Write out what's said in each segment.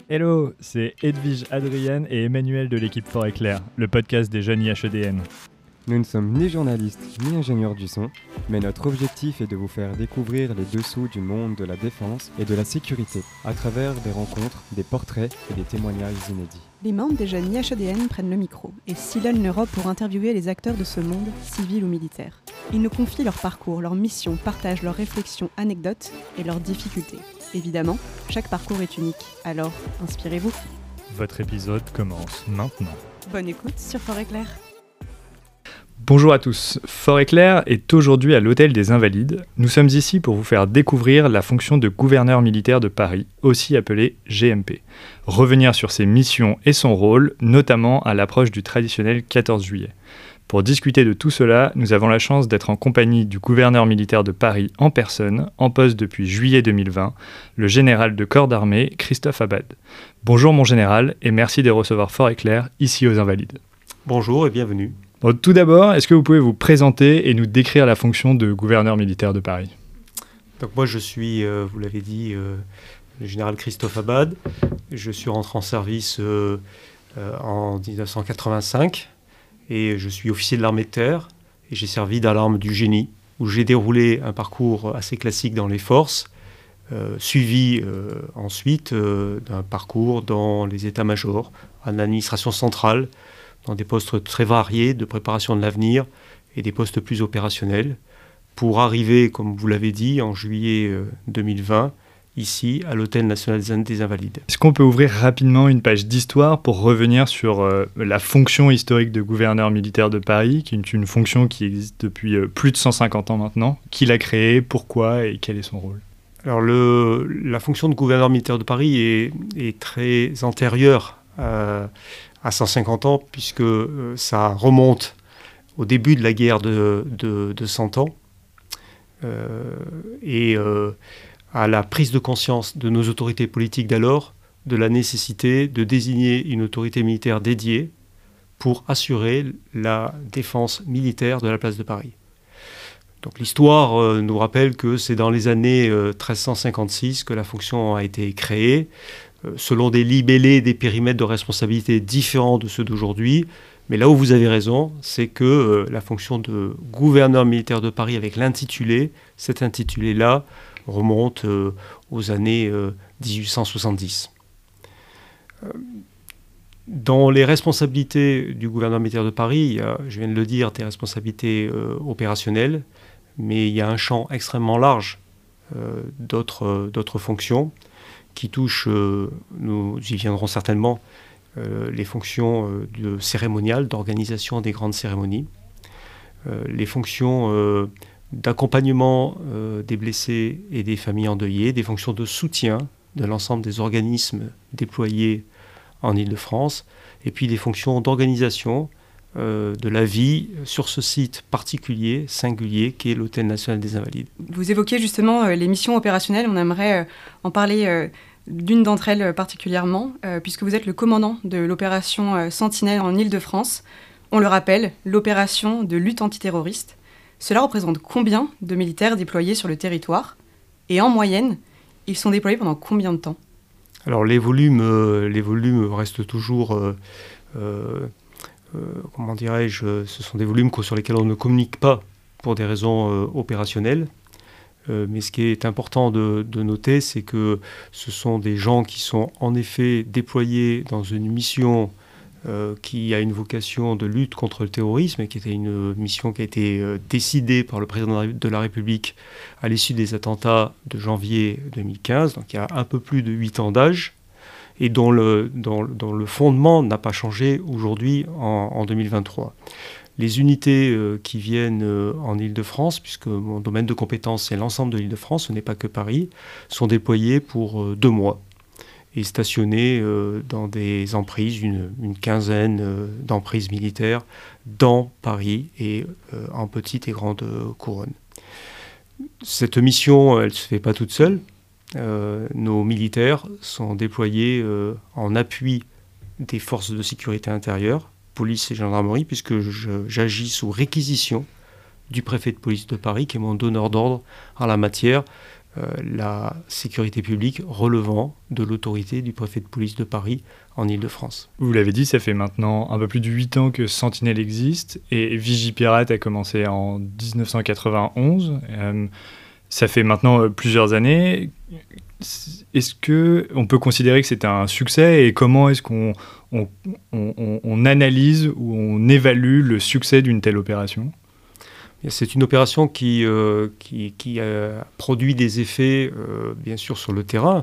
Hello, c'est Edwige, Adrienne et Emmanuel de l'équipe Fort Éclair, le podcast des jeunes IHEDN. Nous ne sommes ni journalistes ni ingénieurs du son, mais notre objectif est de vous faire découvrir les dessous du monde de la défense et de la sécurité, à travers des rencontres, des portraits et des témoignages inédits. Les membres des jeunes IHEDN prennent le micro et sillonnent l'Europe pour interviewer les acteurs de ce monde, civil ou militaire. Ils nous confient leur parcours, leur mission, partagent leurs réflexions, anecdotes et leurs difficultés. Évidemment, chaque parcours est unique, alors inspirez-vous. Votre épisode commence maintenant. Bonne écoute sur Fort Éclair. Bonjour à tous, Fort Éclair est aujourd'hui à l'Hôtel des Invalides. Nous sommes ici pour vous faire découvrir la fonction de gouverneur militaire de Paris, aussi appelée GMP. Revenir sur ses missions et son rôle, notamment à l'approche du traditionnel 14 juillet. Pour discuter de tout cela, nous avons la chance d'être en compagnie du gouverneur militaire de Paris en personne, en poste depuis juillet 2020, le général de corps d'armée Christophe Abad. Bonjour mon général et merci de recevoir Fort Éclair ici aux Invalides. Bonjour et bienvenue. Bon, tout d'abord, est-ce que vous pouvez vous présenter et nous décrire la fonction de gouverneur militaire de Paris ? Donc moi je suis, vous l'avez dit, le général Christophe Abad. Je suis rentré en service en 1985 et je suis officier de l'armée de terre et j'ai servi d'alarme du génie où j'ai déroulé un parcours assez classique dans les forces, suivi ensuite d'un parcours dans les états-majors, en administration centrale, dans des postes très variés de préparation de l'avenir et des postes plus opérationnels, pour arriver, comme vous l'avez dit, en juillet 2020, ici, à l'Hôtel National des Invalides. Est-ce qu'on peut ouvrir rapidement une page d'histoire pour revenir sur la fonction historique de gouverneur militaire de Paris, qui est une fonction qui existe depuis plus de 150 ans maintenant. Qui l'a créée, pourquoi et quel est son rôle ? Alors, la fonction de gouverneur militaire de Paris est très antérieure à 150 ans, puisque ça remonte au début de la guerre de 100 ans et à la prise de conscience de nos autorités politiques d'alors de la nécessité de désigner une autorité militaire dédiée pour assurer la défense militaire de la place de Paris. Donc l'histoire nous rappelle que c'est dans les années 1356 que la fonction a été créée, selon des libellés, des périmètres de responsabilité différents de ceux d'aujourd'hui. Mais là où vous avez raison, c'est que la fonction de gouverneur militaire de Paris avec l'intitulé, cet intitulé-là remonte aux années 1870. Dans les responsabilités du gouverneur militaire de Paris, il y a, je viens de le dire, des responsabilités opérationnelles, mais il y a un champ extrêmement large d'autres fonctions qui touchent, nous y viendrons certainement, les fonctions de cérémoniales, d'organisation des grandes cérémonies, les fonctions d'accompagnement des blessés et des familles endeuillées, des fonctions de soutien de l'ensemble des organismes déployés en Île-de-France, et puis des fonctions d'organisation de la vie sur ce site particulier, singulier, qui est l'Hôtel National des Invalides. Vous évoquiez justement les missions opérationnelles, on aimerait en parler d'une d'entre elles particulièrement, puisque vous êtes le commandant de l'opération Sentinelle en Île-de-France. On le rappelle, l'opération de lutte antiterroriste. Cela représente combien de militaires déployés sur le territoire ? Et en moyenne, ils sont déployés pendant combien de temps ? Alors les volumes restent toujours, comment dirais-je, ce sont des volumes sur lesquels on ne communique pas pour des raisons opérationnelles. Mais ce qui est important de noter, c'est que ce sont des gens qui sont en effet déployés dans une mission qui a une vocation de lutte contre le terrorisme, et qui était une mission qui a été décidée par le président de la République à l'issue des attentats de janvier 2015, donc il y a un peu plus de 8 ans d'âge, et dont le fondement n'a pas changé aujourd'hui en 2023. Les unités qui viennent en Île-de-France, puisque mon domaine de compétence c'est l'ensemble de l'Île-de-France, ce n'est pas que Paris, sont déployées pour 2 mois et stationnées dans des emprises, une quinzaine d'emprises militaires dans Paris et en petite et grande couronne. Cette mission, elle ne se fait pas toute seule. Nos militaires sont déployés en appui des forces de sécurité intérieure, police et gendarmerie, puisque j'agis sous réquisition du préfet de police de Paris, qui est mon donneur d'ordre en la matière, la sécurité publique relevant de l'autorité du préfet de police de Paris en Île-de-France. Vous l'avez dit, ça fait maintenant un peu plus de 8 ans que Sentinelle existe et Vigipirate a commencé en 1991. Ça fait maintenant plusieurs années. Est-ce qu'on peut considérer que c'est un succès et comment est-ce qu'on analyse ou on évalue le succès d'une telle opération ? C'est une opération qui produit des effets, bien sûr, sur le terrain.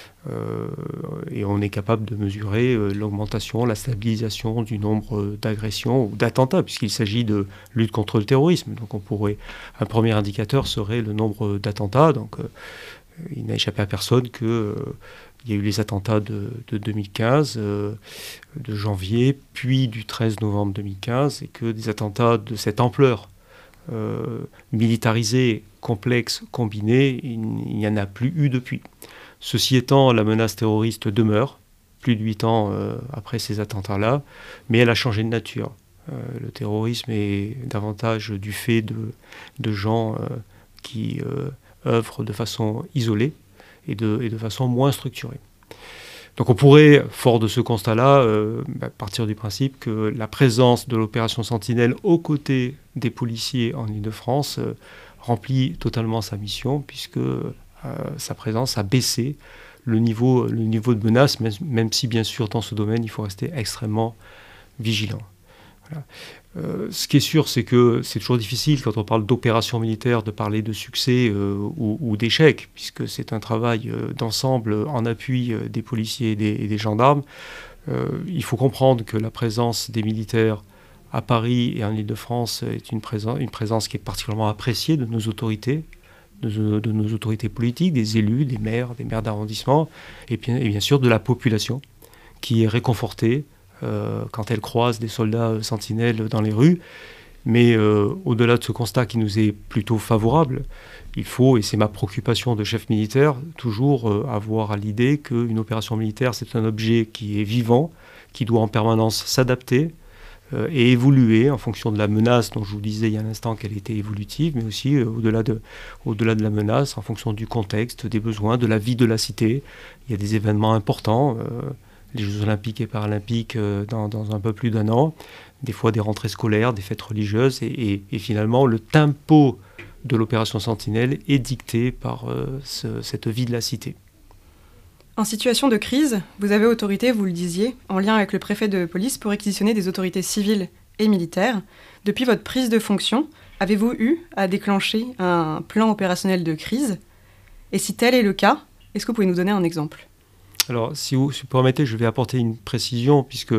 Et on est capable de mesurer l'augmentation, la stabilisation du nombre d'agressions ou d'attentats, puisqu'il s'agit de lutte contre le terrorisme. Donc un premier indicateur serait le nombre d'attentats. Donc il n'a échappé à personne qu'il y a eu les attentats de 2015, de janvier, puis du 13 novembre 2015, et que des attentats de cette ampleur, militarisés, complexes, combinés, il n'y en a plus eu depuis. Ceci étant, la menace terroriste demeure, plus de 8 ans après ces attentats-là, mais elle a changé de nature. Le terrorisme est davantage du fait de gens qui œuvrent de façon isolée et de façon moins structurée. Donc on pourrait, fort de ce constat-là, partir du principe que la présence de l'opération Sentinelle aux côtés des policiers en Île-de-France remplit totalement sa mission, puisque sa présence a baissé le niveau de menace, même si bien sûr dans ce domaine il faut rester extrêmement vigilant. Voilà. Ce qui est sûr, c'est que c'est toujours difficile quand on parle d'opération militaire de parler de succès ou d'échec, puisque c'est un travail d'ensemble en appui des policiers et des gendarmes. Il faut comprendre que la présence des militaires à Paris et en Île-de-France est une présence qui est particulièrement appréciée de nos autorités, de nos autorités politiques, des élus, des maires d'arrondissement, et bien sûr de la population, qui est réconfortée quand elle croise des soldats sentinelles dans les rues. Mais au-delà de ce constat qui nous est plutôt favorable, il faut, et c'est ma préoccupation de chef militaire, toujours avoir à l'idée qu'une opération militaire, c'est un objet qui est vivant, qui doit en permanence s'adapter et évoluer en fonction de la menace dont je vous disais il y a un instant qu'elle était évolutive, mais aussi au-delà de la menace, en fonction du contexte, des besoins, de la vie de la cité. Il y a des événements importants, les Jeux Olympiques et Paralympiques dans un peu plus d'un an, des fois des rentrées scolaires, des fêtes religieuses, et finalement le tempo de l'opération Sentinelle est dicté par cette vie de la cité. En situation de crise, vous avez autorité, vous le disiez, en lien avec le préfet de police pour réquisitionner des autorités civiles et militaires. Depuis votre prise de fonction, avez-vous eu à déclencher un plan opérationnel de crise ? Et si tel est le cas, est-ce que vous pouvez nous donner un exemple ? Alors, si vous permettez, je vais apporter une précision, puisque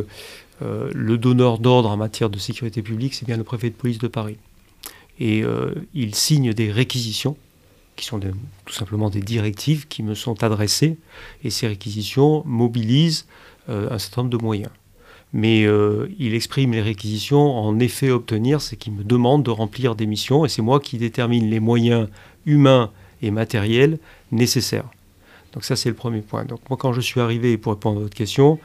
le donneur d'ordre en matière de sécurité publique, c'est bien le préfet de police de Paris. Et il signe des réquisitions, qui sont tout simplement des directives qui me sont adressées, et ces réquisitions mobilisent un certain nombre de moyens. Mais il exprime les réquisitions en effet à obtenir, c'est qu'il me demande de remplir des missions, et c'est moi qui détermine les moyens humains et matériels nécessaires. Donc ça, c'est le premier point. Donc moi, quand je suis arrivé, pour répondre à votre question,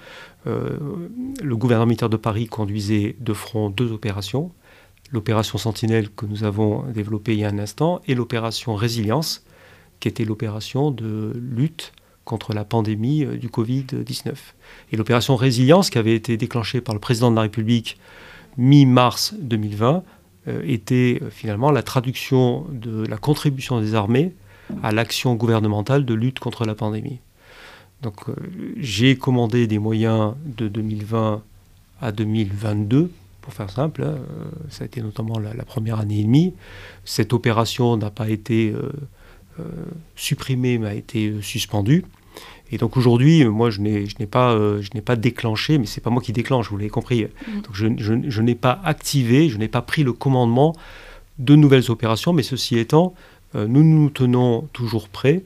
le gouvernement militaire de Paris conduisait de front 2 opérations. L'opération Sentinelle que nous avons développée il y a un instant et l'opération Résilience, qui était l'opération de lutte contre la pandémie du Covid-19. Et l'opération Résilience, qui avait été déclenchée par le président de la République mi-mars 2020, était finalement la traduction de la contribution des armées à l'action gouvernementale de lutte contre la pandémie. Donc j'ai commandé des moyens de 2020 à 2022, pour faire simple, hein, ça a été notamment la première année et demie. Cette opération n'a pas été supprimée, mais a été suspendue. Et donc aujourd'hui, moi je n'ai pas déclenché, mais c'est pas moi qui déclenche, vous l'avez compris. Donc je n'ai pas activé, je n'ai pas pris le commandement de nouvelles opérations, mais ceci étant, nous nous tenons toujours prêts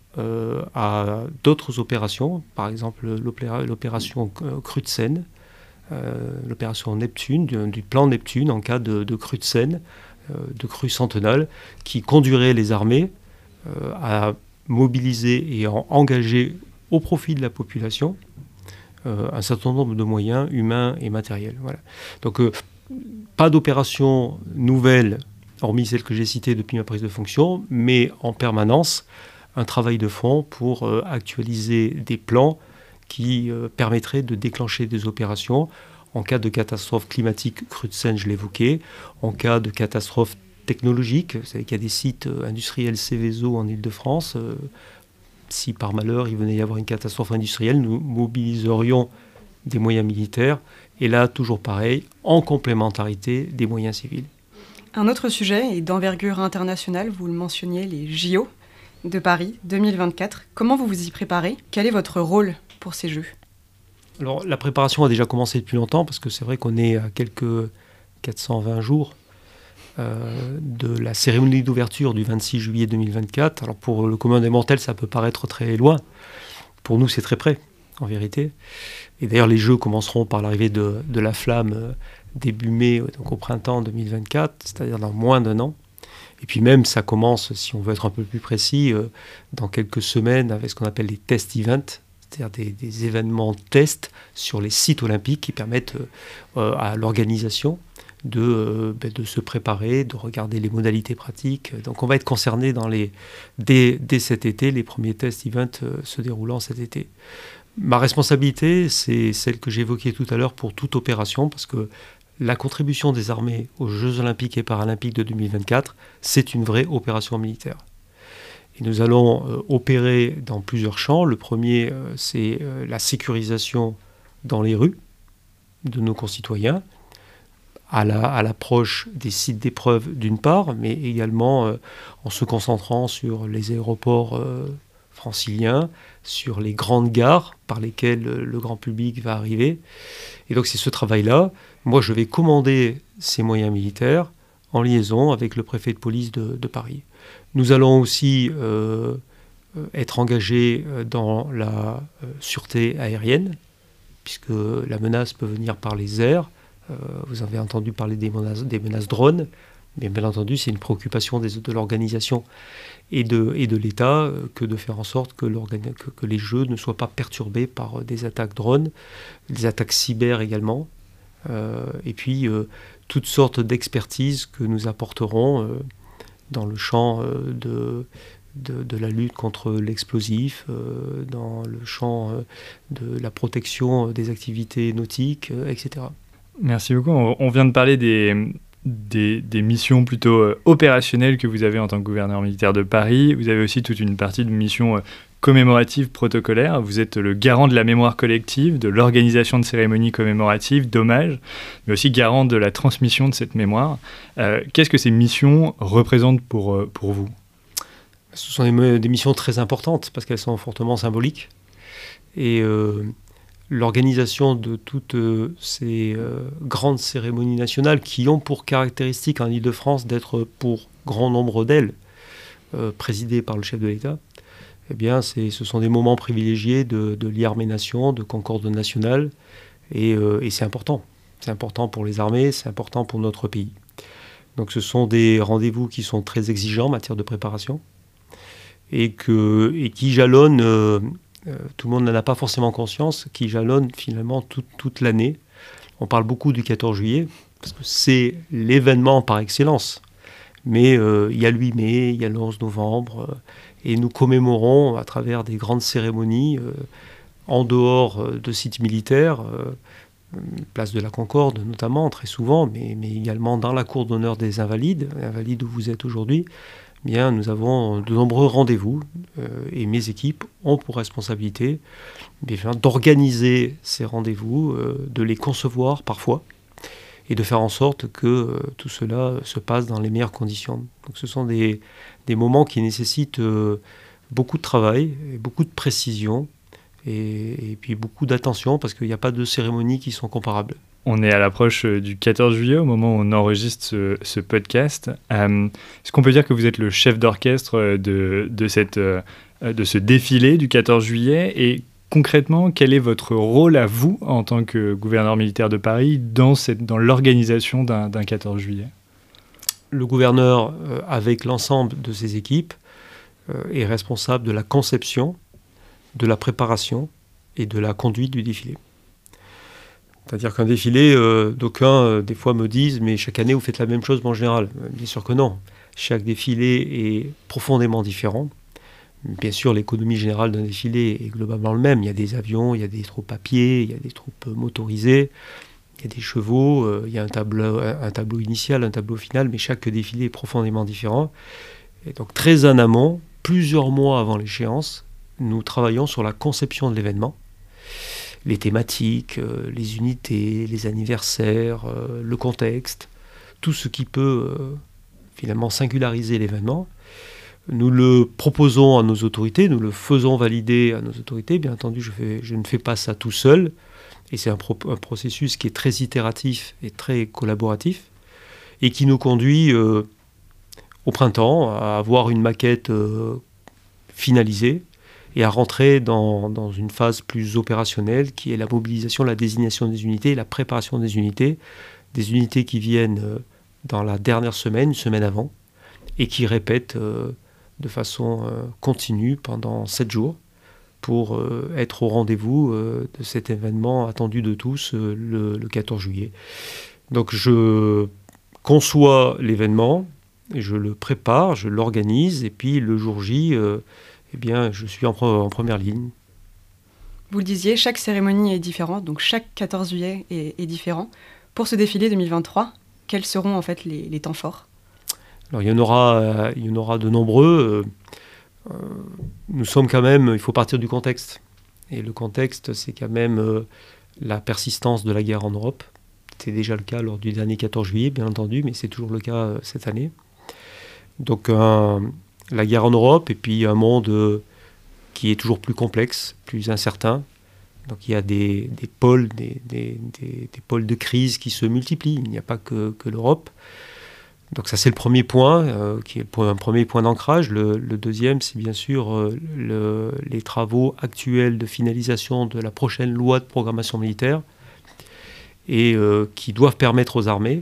à d'autres opérations, par exemple l'opération Crue de Seine, l'opération Neptune, du plan Neptune en cas de crue de Seine, de crue centenale, qui conduirait les armées à mobiliser et à engager au profit de la population un certain nombre de moyens humains et matériels. Voilà. Donc pas d'opération nouvelle, hormis celle que j'ai citée depuis ma prise de fonction, mais en permanence un travail de fond pour actualiser des plans qui permettraient de déclencher des opérations en cas de catastrophe climatique crue de Seine, je l'évoquais, en cas de catastrophe technologique. Vous savez qu'il y a des sites industriels Céveso en Île-de-France. Si par malheur il venait y avoir une catastrophe industrielle, nous mobiliserions des moyens militaires. Et là, toujours pareil, en complémentarité des moyens civils. Un autre sujet est d'envergure internationale, vous le mentionniez, les JO de Paris 2024. Comment vous vous y préparez? Quel est votre rôle pour ces Jeux? Alors, la préparation a déjà commencé depuis longtemps, parce que c'est vrai qu'on est à quelques 420 jours de la cérémonie d'ouverture du 26 juillet 2024. Alors, pour le commun des mortels, ça peut paraître très loin. Pour nous, c'est très près, en vérité. Et d'ailleurs, les Jeux commenceront par l'arrivée de la flamme début mai, donc au printemps 2024, c'est-à-dire dans moins d'un an. Et puis même, ça commence, si on veut être un peu plus précis, dans quelques semaines avec ce qu'on appelle les test events, c'est-à-dire des événements tests sur les sites olympiques qui permettent à l'organisation de se préparer, de regarder les modalités pratiques. Donc on va être concerné dès cet été, les premiers test events se déroulant cet été. Ma responsabilité, c'est celle que j'évoquais tout à l'heure pour toute opération, parce que la contribution des armées aux Jeux olympiques et paralympiques de 2024, c'est une vraie opération militaire. Et nous allons opérer dans plusieurs champs. Le premier, c'est la sécurisation dans les rues de nos concitoyens, à l'approche des sites d'épreuve d'une part, mais également en se concentrant sur les aéroports franciliens, sur les grandes gares par lesquelles le grand public va arriver. Et donc c'est ce travail-là. Moi, je vais commander ces moyens militaires en liaison avec le préfet de police de Paris. Nous allons aussi être engagés dans la sûreté aérienne, puisque la menace peut venir par les airs. Vous avez entendu parler des menaces drones, mais bien entendu, c'est une préoccupation de l'organisation et de l'État que de faire en sorte que les Jeux ne soient pas perturbés par des attaques drones, des attaques cyber également, et puis toutes sortes d'expertises que nous apporterons dans le champ de la lutte contre l'explosif, dans le champ de la protection des activités nautiques, etc. Merci beaucoup. On vient de parler des missions plutôt opérationnelles que vous avez en tant que gouverneur militaire de Paris. Vous avez aussi toute une partie de missions commémoratives protocolaires. Vous êtes le garant de la mémoire collective, de l'organisation de cérémonies commémoratives, d'hommages, mais aussi garant de la transmission de cette mémoire. Qu'est-ce que ces missions représentent pour vous? Ce sont des missions très importantes parce qu'elles sont fortement symboliques. Et l'organisation de toutes ces grandes cérémonies nationales qui ont pour caractéristique en Île-de-France d'être pour grand nombre d'elles présidées par le chef de l'État, eh bien, ce sont des moments privilégiés de liarménation, de concorde nationale, et c'est important. C'est important pour les armées, c'est important pour notre pays. Donc ce sont des rendez-vous qui sont très exigeants en matière de préparation, et qui jalonnent... tout le monde n'en a pas forcément conscience, qui jalonne finalement toute l'année. On parle beaucoup du 14 juillet, parce que c'est l'événement par excellence. Mais il y a le 8 mai, il y a le 11 novembre, et nous commémorons à travers des grandes cérémonies, en dehors de sites militaires, place de la Concorde notamment, très souvent, mais également dans la cour d'honneur des Invalides où vous êtes aujourd'hui. Bien, nous avons de nombreux rendez-vous et mes équipes ont pour responsabilité d'organiser ces rendez-vous, de les concevoir parfois et de faire en sorte que tout cela se passe dans les meilleures conditions. Donc ce sont des moments qui nécessitent beaucoup de travail, et beaucoup de précision et puis beaucoup d'attention parce qu'il n'y a pas de cérémonies qui sont comparables. On est à l'approche du 14 juillet, au moment où on enregistre ce podcast. Est-ce qu'on peut dire que vous êtes le chef d'orchestre de ce défilé du 14 juillet? Et concrètement, quel est votre rôle à vous, en tant que gouverneur militaire de Paris, dans l'organisation d'un 14 juillet? Le gouverneur, avec l'ensemble de ses équipes, est responsable de la conception, de la préparation et de la conduite du défilé. C'est-à-dire qu'un défilé, d'aucuns, des fois, me disent « mais chaque année, vous faites la même chose, mais en général ». Bien sûr que non. Chaque défilé est profondément différent, Bien sûr, l'économie générale d'un défilé est globalement le même. Il y a des avions, il y a des troupes à pied, il y a des troupes motorisées, il y a des chevaux, il y a un tableau initial, un tableau final, mais chaque défilé est profondément différent. Et donc très en amont, plusieurs mois avant l'échéance, nous travaillons sur la conception de l'événement. Les thématiques, les unités, les anniversaires, le contexte, tout ce qui peut finalement singulariser l'événement. Nous le proposons à nos autorités, nous le faisons valider à nos autorités. Bien entendu, je ne fais pas ça tout seul. Et c'est un processus qui est très itératif et très collaboratif et qui nous conduit au printemps à avoir une maquette finalisée et à rentrer dans une phase plus opérationnelle qui est la mobilisation, la désignation des unités et la préparation des unités qui viennent dans la dernière semaine, une semaine avant, et qui répètent de façon continue pendant 7 jours pour être au rendez-vous de cet événement attendu de tous le 14 juillet. Donc je conçois l'événement, je le prépare, je l'organise, et puis le jour J, eh bien, je suis en première ligne. Vous le disiez, chaque cérémonie est différente, donc chaque 14 juillet est différent. Pour ce défilé 2023, quels seront en fait les temps forts ? Alors il y en aura de nombreux. Nous sommes quand même, il faut partir du contexte. Et le contexte, c'est quand même la persistance de la guerre en Europe. C'était déjà le cas lors du dernier 14 juillet, bien entendu, mais c'est toujours le cas cette année. Donc la guerre en Europe, et puis un monde qui est toujours plus complexe, plus incertain. Donc il y a des pôles, des pôles de crise qui se multiplient. Il n'y a pas que l'Europe. Donc ça c'est le premier point, qui est un premier point d'ancrage. Le deuxième, c'est bien sûr les travaux actuels de finalisation de la prochaine loi de programmation militaire et qui doivent permettre aux armées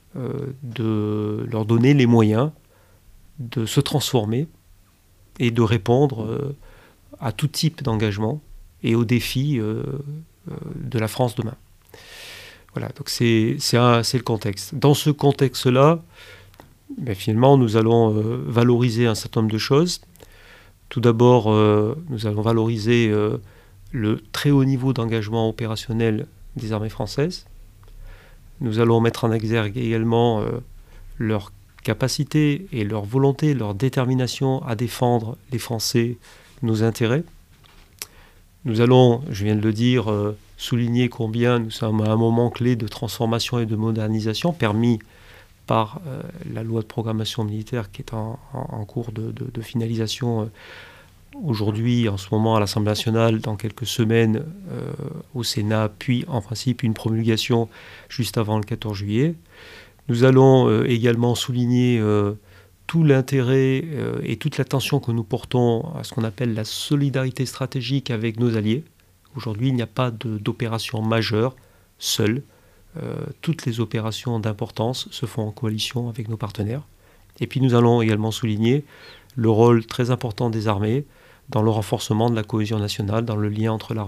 de leur donner les moyens de se transformer et de répondre à tout type d'engagement et aux défis de la France demain. Voilà, donc c'est le contexte. Dans ce contexte-là, finalement, nous allons valoriser un certain nombre de choses. Tout d'abord, nous allons valoriser le très haut niveau d'engagement opérationnel des armées françaises. Nous allons mettre en exergue également leur capacité et leur volonté, leur détermination à défendre les Français, nos intérêts. Nous allons, je viens de le dire, souligner combien nous sommes à un moment clé de transformation et de modernisation permis par la loi de programmation militaire qui est en cours de finalisation aujourd'hui, en ce moment à l'Assemblée nationale, dans quelques semaines au Sénat, puis en principe une promulgation juste avant le 14 juillet. Nous allons également souligner tout l'intérêt et toute l'attention que nous portons à ce qu'on appelle la solidarité stratégique avec nos alliés. Aujourd'hui, il n'y a pas d'opération majeure seule. Toutes les opérations d'importance se font en coalition avec nos partenaires. Et puis nous allons également souligner le rôle très important des armées dans le renforcement de la cohésion nationale, dans le lien entre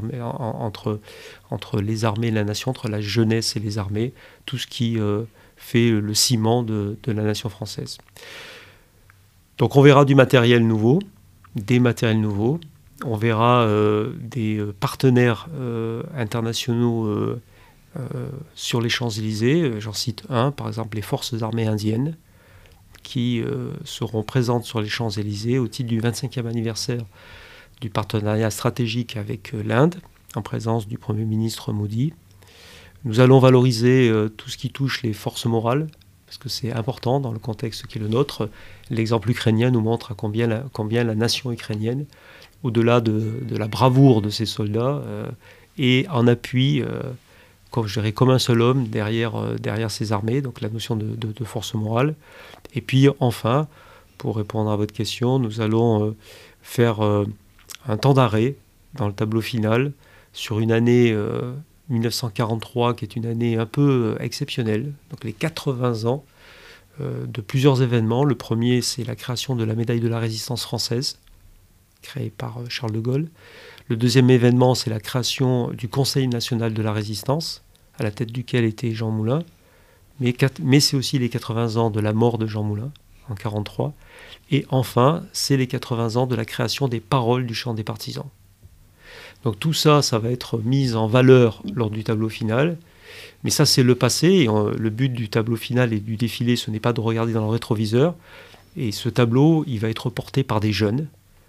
les armées et la nation, entre la jeunesse et les armées, tout ce qui fait le ciment de la nation française. Donc on verra du matériel nouveau, des matériels nouveaux, on verra des partenaires internationaux sur les Champs-Élysées. J'en cite un, par exemple les forces armées indiennes, qui seront présentes sur les Champs-Élysées au titre du 25e anniversaire du partenariat stratégique avec l'Inde, en présence du Premier ministre Modi. Nous allons valoriser tout ce qui touche les forces morales, parce que c'est important dans le contexte qui est le nôtre. L'exemple ukrainien nous montre combien la nation ukrainienne, au-delà de la bravoure de ses soldats, est en appui, comme un seul homme derrière ses armées, donc la notion de force morale. Et puis enfin, pour répondre à votre question, nous allons faire un temps d'arrêt dans le tableau final sur une année 1943 qui est une année un peu exceptionnelle, donc les 80 ans de plusieurs événements. Le premier, c'est la création de la médaille de la résistance française, créée par Charles de Gaulle. Le deuxième événement, c'est la création du Conseil national de la résistance, à la tête duquel était Jean Moulin. Mais c'est aussi les 80 ans de la mort de Jean Moulin, en 1943. Et enfin, c'est les 80 ans de la création des paroles du chant des partisans. Donc tout ça, ça va être mis en valeur lors du tableau final. Mais ça, c'est le passé. Et le but du tableau final et du défilé, ce n'est pas de regarder dans le rétroviseur. Et ce tableau, il va être porté par des jeunes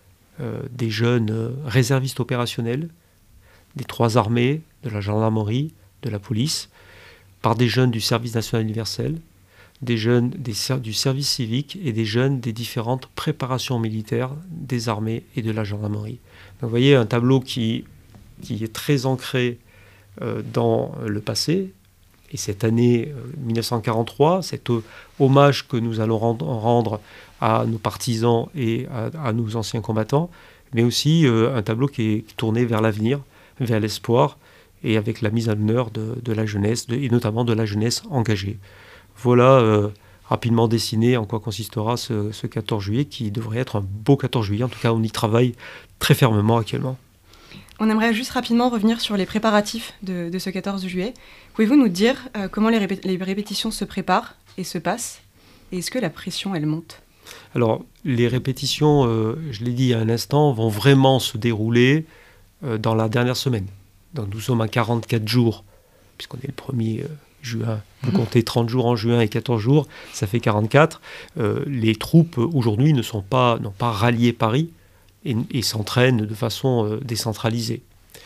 réservistes opérationnels, des 3 armées, de la gendarmerie, de la police, par des jeunes du service national universel, des jeunes du service civique et des jeunes des différentes préparations militaires des armées et de la gendarmerie. Donc, vous voyez un tableau qui est très ancré dans le passé. Et cette année 1943, cet hommage que nous allons rendre à nos partisans et à nos anciens combattants, mais aussi un tableau qui est tourné vers l'avenir, vers l'espoir, et avec la mise en l'honneur de la jeunesse, et notamment de la jeunesse engagée. Voilà rapidement dessiné en quoi consistera ce 14 juillet, qui devrait être un beau 14 juillet. En tout cas, on y travaille très fermement actuellement. On aimerait juste rapidement revenir sur les préparatifs de ce 14 juillet. Pouvez-vous nous dire comment les répétitions se préparent et se passent? Et est-ce que la pression, elle monte? Alors, les répétitions, je l'ai dit il y a un instant, vont vraiment se dérouler dans la dernière semaine. Donc nous sommes à 44 jours, puisqu'on est le 1er juin. Vous comptez 30 jours en juin et 14 jours, ça fait 44. Les troupes, aujourd'hui, n'ont pas rallié Paris et s'entraînent de façon décentralisée.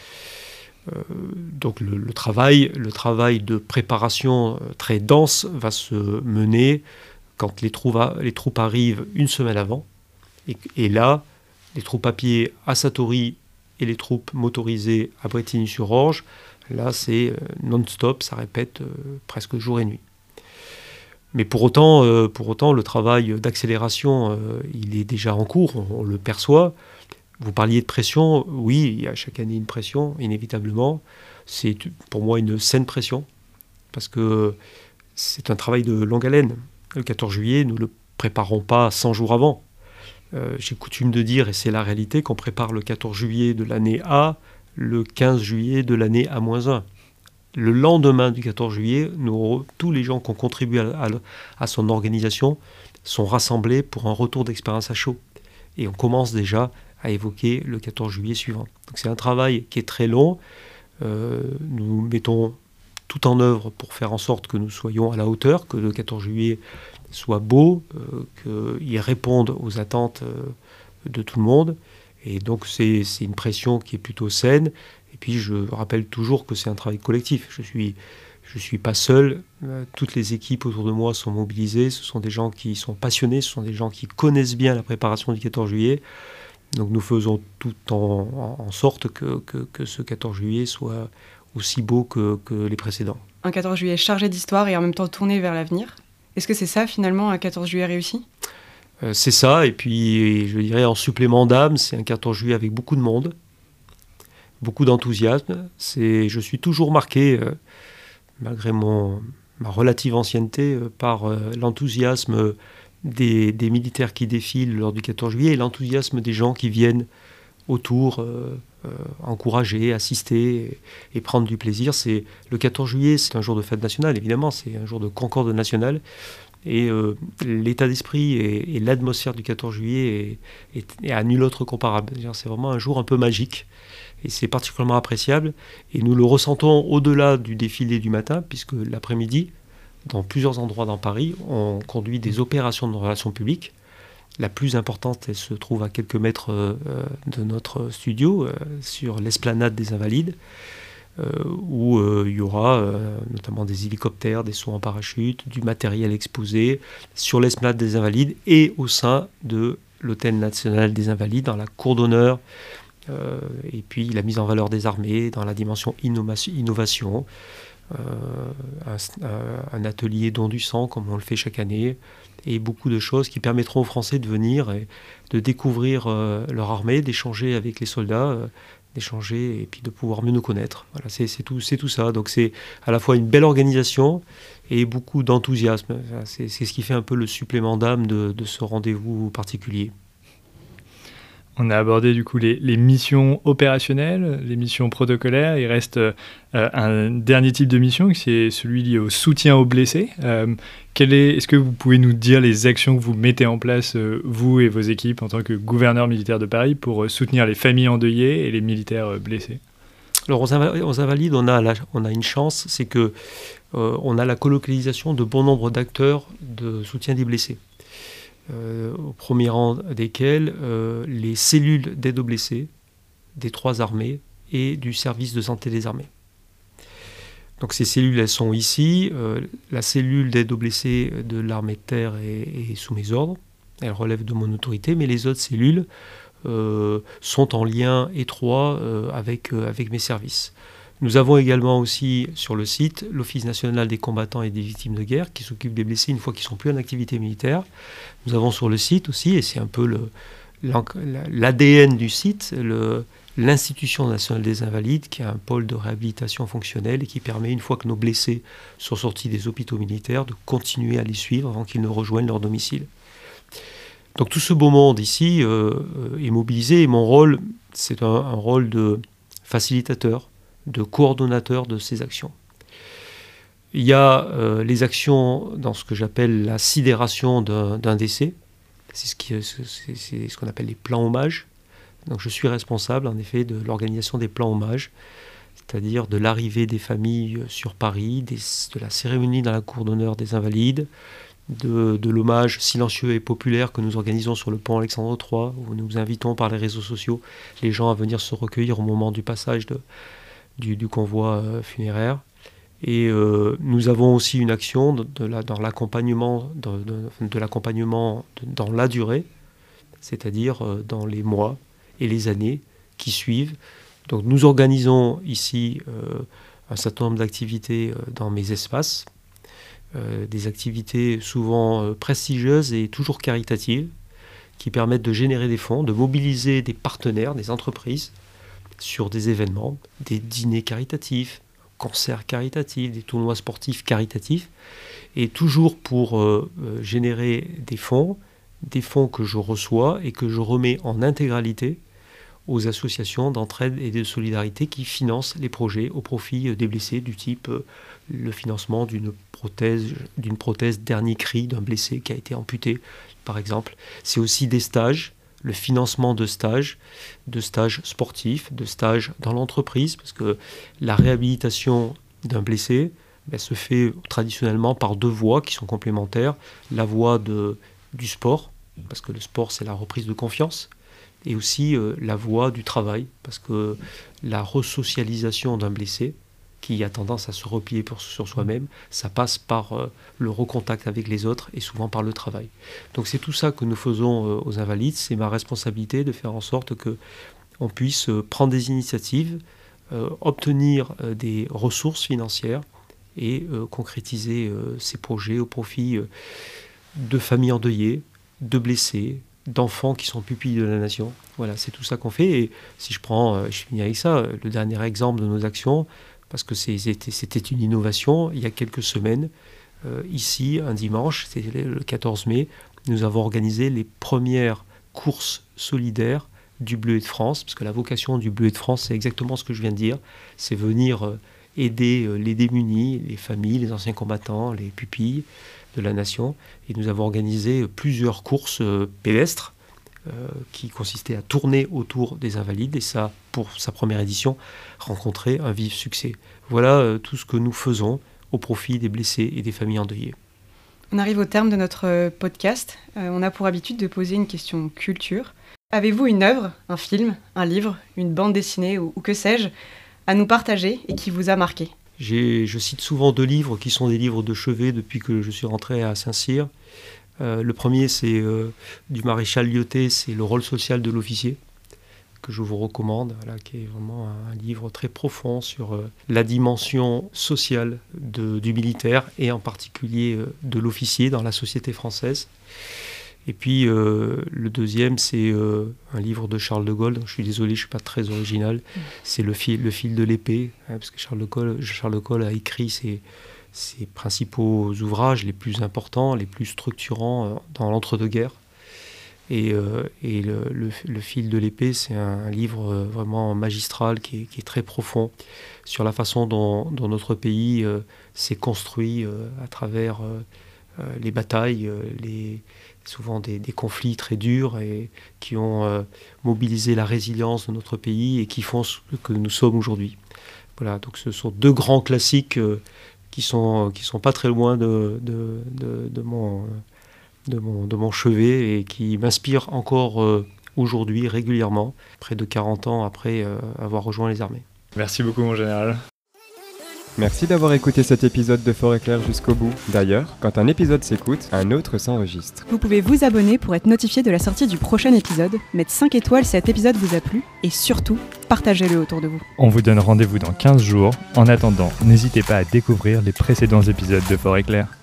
Donc le travail de préparation très dense va se mener quand les troupes arrivent une semaine avant. Et là, les troupes à pied à Satory et les troupes motorisées à Bretigny-sur-Orge, là c'est non-stop, ça répète presque jour et nuit. Mais pour autant, le travail d'accélération, il est déjà en cours, on le perçoit. Vous parliez de pression, oui, il y a chaque année une pression, inévitablement. C'est pour moi une saine pression, parce que c'est un travail de longue haleine. Le 14 juillet, nous ne le préparons pas 100 jours avant. J'ai coutume de dire, et c'est la réalité, qu'on prépare le 14 juillet de l'année A, le 15 juillet de l'année A-1. Le lendemain du 14 juillet, tous les gens qui ont contribué à son organisation sont rassemblés pour un retour d'expérience à chaud. Et on commence déjà à évoquer le 14 juillet suivant. Donc c'est un travail qui est très long. Nous mettons tout en œuvre pour faire en sorte que nous soyons à la hauteur, que le 14 juillet soit beau, qu'il réponde aux attentes de tout le monde. Et donc c'est une pression qui est plutôt saine. Et puis je rappelle toujours que c'est un travail collectif. Je suis pas seul. Toutes les équipes autour de moi sont mobilisées. Ce sont des gens qui sont passionnés. Ce sont des gens qui connaissent bien la préparation du 14 juillet. Donc nous faisons tout en sorte que ce 14 juillet soit aussi beau que les précédents. Un 14 juillet chargé d'histoire et en même temps tourné vers l'avenir. Est-ce que c'est ça finalement un 14 juillet réussi? C'est ça, et puis je dirais en supplément d'âme, c'est un 14 juillet avec beaucoup de monde, beaucoup d'enthousiasme. Je suis toujours marqué, malgré ma relative ancienneté, par l'enthousiasme des militaires qui défilent lors du 14 juillet et l'enthousiasme des gens qui viennent autour encourager, assister et prendre du plaisir. Le 14 juillet, c'est un jour de fête nationale, évidemment, c'est un jour de concorde nationale. Et l'état d'esprit et l'atmosphère du 14 juillet est à nul autre comparable. C'est vraiment un jour un peu magique et c'est particulièrement appréciable. Et nous le ressentons au-delà du défilé du matin, puisque l'après-midi, dans plusieurs endroits dans Paris, on conduit des opérations de relations publiques. La plus importante, elle se trouve à quelques mètres de notre studio, sur l'esplanade des Invalides, où il y aura notamment des hélicoptères, des sauts en parachute, du matériel exposé sur l'esplanade des Invalides et au sein de l'Hôtel National des Invalides, dans la cour d'honneur, et puis la mise en valeur des armées, dans la dimension innovation, un atelier don du sang comme on le fait chaque année, et beaucoup de choses qui permettront aux Français de venir et de découvrir leur armée, d'échanger avec les soldats, d'échanger et puis de pouvoir mieux nous connaître. Voilà, c'est tout ça. Donc c'est à la fois une belle organisation et beaucoup d'enthousiasme. C'est ce qui fait un peu le supplément d'âme de ce rendez-vous particulier. On a abordé du coup les missions opérationnelles, les missions protocolaires. Il reste un dernier type de mission, qui c'est celui lié au soutien aux blessés. Est-ce que vous pouvez nous dire les actions que vous mettez en place, vous et vos équipes, en tant que gouverneur militaire de Paris, pour soutenir les familles endeuillées et les militaires blessés? Alors aux Invalides, on a une chance, c'est que on a la colocalisation de bon nombre d'acteurs de soutien des blessés. Au premier rang desquels les cellules d'aide aux blessés des 3 armées et du service de santé des armées. Donc ces cellules, elles sont ici. La cellule d'aide aux blessés de l'armée de terre est sous mes ordres. Elle relève de mon autorité, mais les autres cellules sont en lien étroit avec mes services. Nous avons également aussi sur le site l'Office national des combattants et des victimes de guerre qui s'occupe des blessés une fois qu'ils ne sont plus en activité militaire. Nous avons sur le site aussi, et c'est un peu l'ADN du site, l'Institution nationale des invalides, qui est un pôle de réhabilitation fonctionnelle et qui permet, une fois que nos blessés sont sortis des hôpitaux militaires, de continuer à les suivre avant qu'ils ne rejoignent leur domicile. Donc tout ce beau monde ici est mobilisé, et mon rôle, c'est un rôle de facilitateur, de coordonnateur de ces actions. Il y a les actions dans ce que j'appelle la sidération d'un décès. C'est ce qu'on appelle les plans hommages. Donc je suis responsable en effet de l'organisation des plans hommages, c'est-à-dire de l'arrivée des familles sur Paris, de la cérémonie dans la cour d'honneur des Invalides, de l'hommage silencieux et populaire que nous organisons sur le pont Alexandre III, où nous invitons par les réseaux sociaux les gens à venir se recueillir au moment du passage du convoi funéraire. Et nous avons aussi une action dans l'accompagnement dans la durée, c'est-à-dire dans les mois et les années qui suivent. Donc nous organisons ici un certain nombre d'activités dans mes espaces, des activités souvent prestigieuses et toujours caritatives, qui permettent de générer des fonds, de mobiliser des partenaires, des entreprises, sur des événements, des dîners caritatifs, concerts caritatifs, des tournois sportifs caritatifs, et toujours pour générer des fonds que je reçois et que je remets en intégralité aux associations d'entraide et de solidarité qui financent les projets au profit des blessés, du type le financement d'une prothèse dernier cri d'un blessé qui a été amputé, par exemple. C'est aussi des stages, le financement de stages sportifs, de stages dans l'entreprise, parce que la réhabilitation d'un blessé se fait traditionnellement par 2 voies qui sont complémentaires. La voie du sport, parce que le sport c'est la reprise de confiance, et aussi la voie du travail, parce que la resocialisation d'un blessé qui a tendance à se replier sur soi-même, ça passe par le recontact avec les autres et souvent par le travail. Donc c'est tout ça que nous faisons aux Invalides. C'est ma responsabilité de faire en sorte qu'on puisse prendre des initiatives, obtenir des ressources financières et concrétiser ces projets au profit de familles endeuillées, de blessés, d'enfants qui sont pupilles de la nation. Voilà, c'est tout ça qu'on fait. Et si je finis avec ça, le dernier exemple de nos actions, parce que c'était une innovation, il y a quelques semaines, ici, un dimanche, c'était le 14 mai, nous avons organisé les premières courses solidaires du Bleuet de France, parce que la vocation du Bleuet de France, c'est exactement ce que je viens de dire, c'est venir aider les démunis, les familles, les anciens combattants, les pupilles de la nation. Et nous avons organisé plusieurs courses pédestres qui consistaient à tourner autour des Invalides, et ça, pour sa première édition, rencontrait un vif succès. Voilà tout ce que nous faisons au profit des blessés et des familles endeuillées. On arrive au terme de notre podcast. On a pour habitude de poser une question culture. Avez-vous une œuvre, un film, un livre, une bande dessinée ou que sais-je, à nous partager et qui vous a marqué ? Je cite souvent 2 livres qui sont des livres de chevet depuis que je suis rentré à Saint-Cyr. Le premier, c'est du maréchal Lyautey, c'est Le rôle social de l'officier, que je vous recommande, qui est vraiment un livre très profond sur la dimension sociale du militaire et en particulier de l'officier dans la société française. Et puis le deuxième, c'est un livre de Charles de Gaulle. Donc, je suis désolé, je ne suis pas très original. C'est le fil de l'épée, parce que Charles de Gaulle a écrit ses principaux ouvrages les plus importants, les plus structurants dans l'entre-deux-guerres. Et le fil de l'épée, c'est un livre vraiment magistral qui est très profond sur la façon dont notre pays s'est construit à travers les batailles, souvent des conflits très durs et qui ont mobilisé la résilience de notre pays et qui font ce que nous sommes aujourd'hui. Voilà, donc ce sont deux grands classiques qui sont pas très loin de mon chevet et qui m'inspirent encore aujourd'hui régulièrement, près de 40 ans après avoir rejoint les armées. Merci beaucoup mon général. Merci d'avoir écouté cet épisode de Fort et Clair jusqu'au bout. D'ailleurs, quand un épisode s'écoute, un autre s'enregistre. Vous pouvez vous abonner pour être notifié de la sortie du prochain épisode, mettre 5 étoiles si cet épisode vous a plu, et surtout, partagez-le autour de vous. On vous donne rendez-vous dans 15 jours. En attendant, n'hésitez pas à découvrir les précédents épisodes de Fort et Clair.